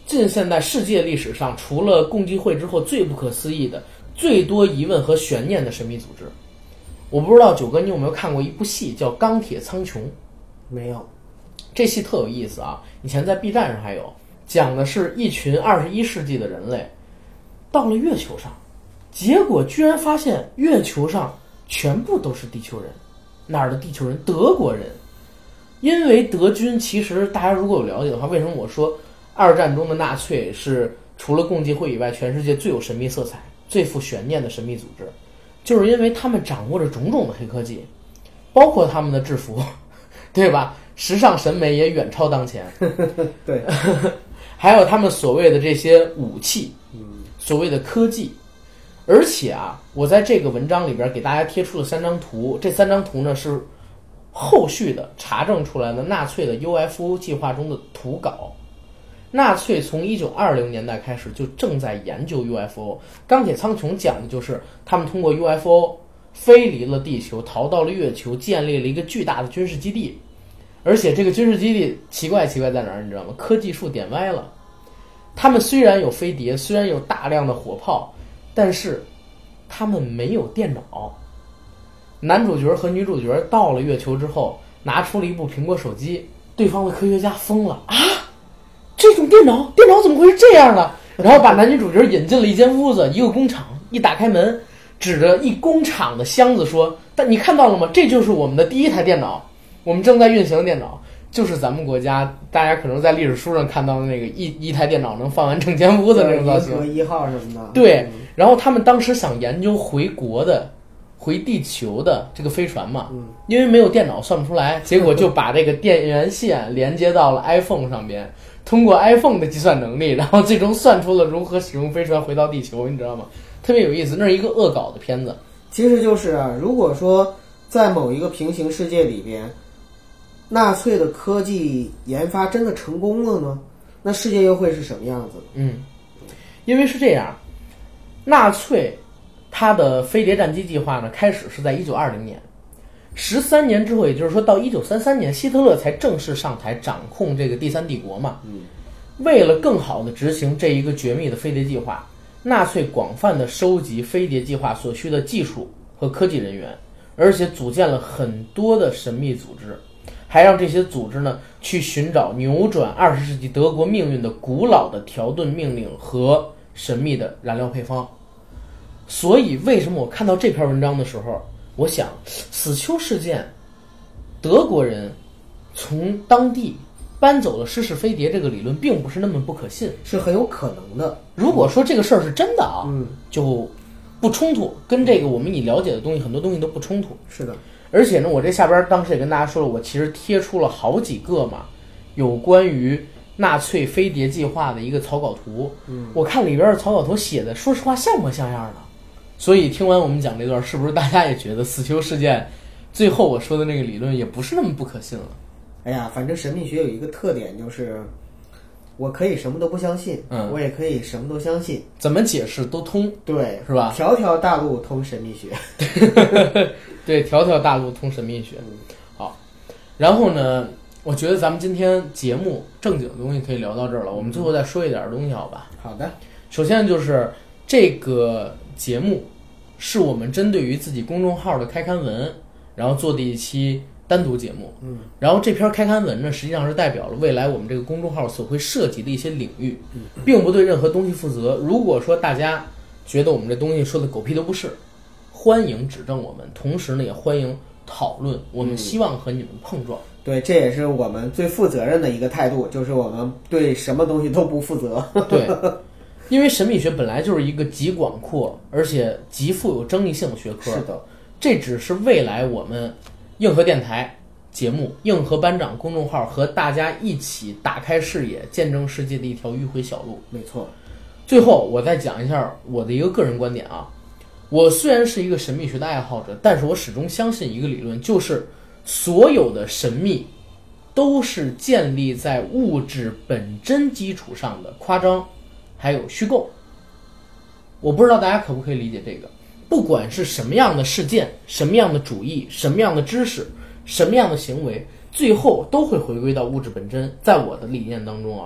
近现代世界历史上除了共济会之后最不可思议的、最多疑问和悬念的神秘组织。我不知道九哥你有没有看过一部戏叫《钢铁苍穹》？ 没有。 这戏特有意思啊，以前在 B 站上还有，讲的是一群二十一世纪的人类到了月球上，结果居然发现月球上全部都是地球人。哪儿的地球人？德国人。因为德军其实大家如果有了解的话，为什么我说二战中的纳粹是除了共济会以外全世界最有神秘色彩、最富悬念的神秘组织，就是因为他们掌握着种种的黑科技，包括他们的制服，对吧？时尚审美也远超当前。 对， 还有他们所谓的这些武器，所谓的科技。而且啊，我在这个文章里边给大家贴出了三张图，这三张图呢是后续的查证出来的纳粹的 U F O 计划中的图稿。纳粹从一九二零年代开始就正在研究 U F O。 钢铁苍穹讲的就是他们通过 U F O 飞离了地球，逃到了月球，建立了一个巨大的军事基地。而且这个军事基地奇怪奇怪在哪儿你知道吗？科技树点歪了。他们虽然有飞碟，虽然有大量的火炮，但是他们没有电脑。男主角和女主角到了月球之后，拿出了一部苹果手机，对方的科学家疯了啊！这种电脑，电脑怎么会是这样的？然后把男女主角引进了一间屋子，一个工厂。一打开门，指着一工厂的箱子说：“但你看到了吗？这就是我们的第一台电脑，我们正在运行的电脑，就是咱们国家大家可能在历史书上看到的那个一一台电脑能放完整间屋子那种造型， 银河一号什么的。” 对，然后他们当时想研究回国的。回地球的这个飞船嘛，因为没有电脑算不出来，结果就把这个电源线连接到了 iPhone 上边，通过 iPhone 的计算能力，然后最终算出了如何使用飞船回到地球，你知道吗？特别有意思，那是一个恶搞的片子。 其实就是啊，如果说在某一个平行世界里边，纳粹的科技研发真的成功了呢，那世界又会是什么样子？ 嗯，因为是这样，纳粹他的飞碟战机计划呢，开始是在一九二零年，十三年之后，也就是说到一九三三年，希特勒才正式上台掌控这个第三帝国嘛。 嗯， 为了更好的执行这一个绝密的飞碟计划，纳粹广泛的收集飞碟计划所需的技术和科技人员，而且组建了很多的神秘组织，还让这些组织呢去寻找扭转二十世纪德国命运的古老的条顿命令和神秘的燃料配方。所以为什么我看到这篇文章的时候，我想死丘事件，德国人从当地搬走了失事飞碟这个理论并不是那么不可信， 是很有可能的。 如果说这个事儿是真的啊， 嗯， 就不冲突，跟这个我们已了解的东西很多东西都不冲突。 是的， 而且呢，我这下边当时也跟大家说了，我其实贴出了好几个嘛，有关于纳粹飞碟计划的一个草稿图。 嗯， 我看里边的草稿图写的，说实话像模像样的。所以听完我们讲这段，是不是大家也觉得死丘事件最后我说的那个理论也不是那么不可信了？ 哎呀，反正神秘学有一个特点，就是我可以什么都不相信， 嗯， 我也可以什么都相信， 怎么解释都通， 对， 是吧？ 条条大路通神秘学。 对，条条大路通神秘学。好，然后呢，我觉得咱们今天节目正经的东西可以聊到这儿了，我们最后再说一点东西，好吧？ 好的。 首先就是这个节目是我们针对于自己公众号的开刊文，然后做的一期单独节目。 嗯， 然后这篇开刊文呢，实际上是代表了未来我们这个公众号所会涉及的一些领域，并不对任何东西负责。如果说大家觉得我们这东西说的狗屁都不是，欢迎指正我们，同时呢也欢迎讨论，我们希望和你们碰撞。 嗯，对，这也是我们最负责任的一个态度，就是我们对什么东西都不负责。 对。因为神秘学本来就是一个极广阔而且极富有争议性的学科， 是的， 这只是未来我们硬核电台节目、硬核班长公众号和大家一起打开视野、见证世界的一条迂回小路。 没错。 最后我再讲一下我的一个个人观点啊，我虽然是一个神秘学的爱好者，但是我始终相信一个理论，就是所有的神秘都是建立在物质本真基础上的夸张还有虚构。我不知道大家可不可以理解这个，不管是什么样的事件、什么样的主义、什么样的知识、什么样的行为，最后都会回归到物质本真，在我的理念当中啊。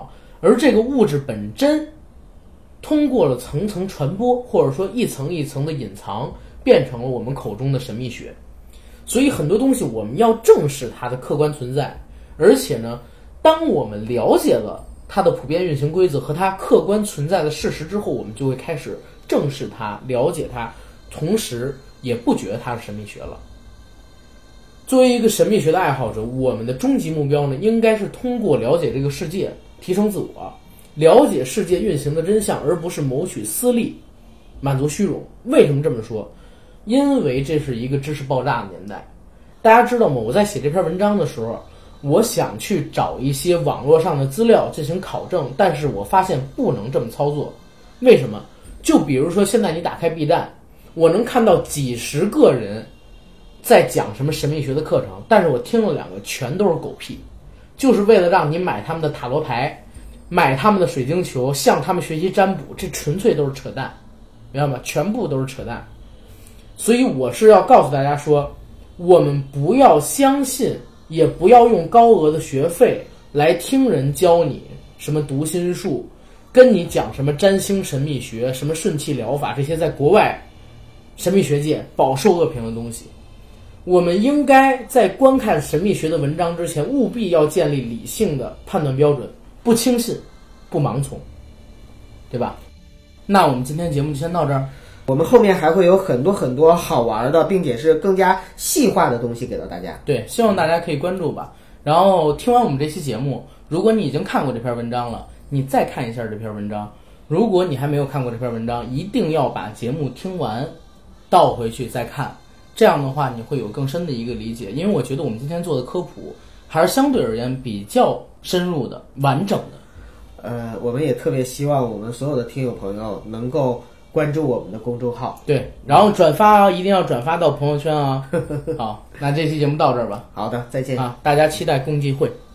而这个物质本真通过了层层传播，或者说一层一层的隐藏，变成了我们口中的神秘学。所以很多东西我们要正视它的客观存在，而且呢，当我们了解了它的普遍运行规则和它客观存在的事实之后，我们就会开始正视它，了解它，同时也不觉得它是神秘学了。作为一个神秘学的爱好者，我们的终极目标呢，应该是通过了解这个世界，提升自我，了解世界运行的真相，而不是谋取私利，满足虚荣。为什么这么说？因为这是一个知识爆炸的年代。大家知道吗？我在写这篇文章的时候，我想去找一些网络上的资料进行考证，但是我发现不能这么操作。为什么？就比如说现在你打开 B 站，我能看到几十个人在讲什么神秘学的课程，但是我听了两个全都是狗屁，就是为了让你买他们的塔罗牌，买他们的水晶球，向他们学习占卜，这纯粹都是扯淡，明白吗？全部都是扯淡。所以我是要告诉大家说，我们不要相信，也不要用高额的学费来听人教你什么读心术，跟你讲什么占星神秘学，什么顺气疗法，这些在国外神秘学界饱受恶评的东西。我们应该在观看神秘学的文章之前，务必要建立理性的判断标准，不轻信，不盲从，对吧？那我们今天节目就先到这儿。 我们后面还会有很多很多好玩的，并且是更加细化的东西给到大家。 对，希望大家可以关注吧。然后听完我们这期节目，如果你已经看过这篇文章了，你再看一下这篇文章。如果你还没有看过这篇文章，一定要把节目听完，倒回去再看。这样的话你会有更深的一个理解，因为我觉得我们今天做的科普还是相对而言比较深入的、完整的。 呃，我们也特别希望我们所有的听友朋友能够关注我们的公众号， 对，然后转发一定要转发到朋友圈啊。好，那这期节目到这儿吧。 好的，再见啊！大家期待共济会。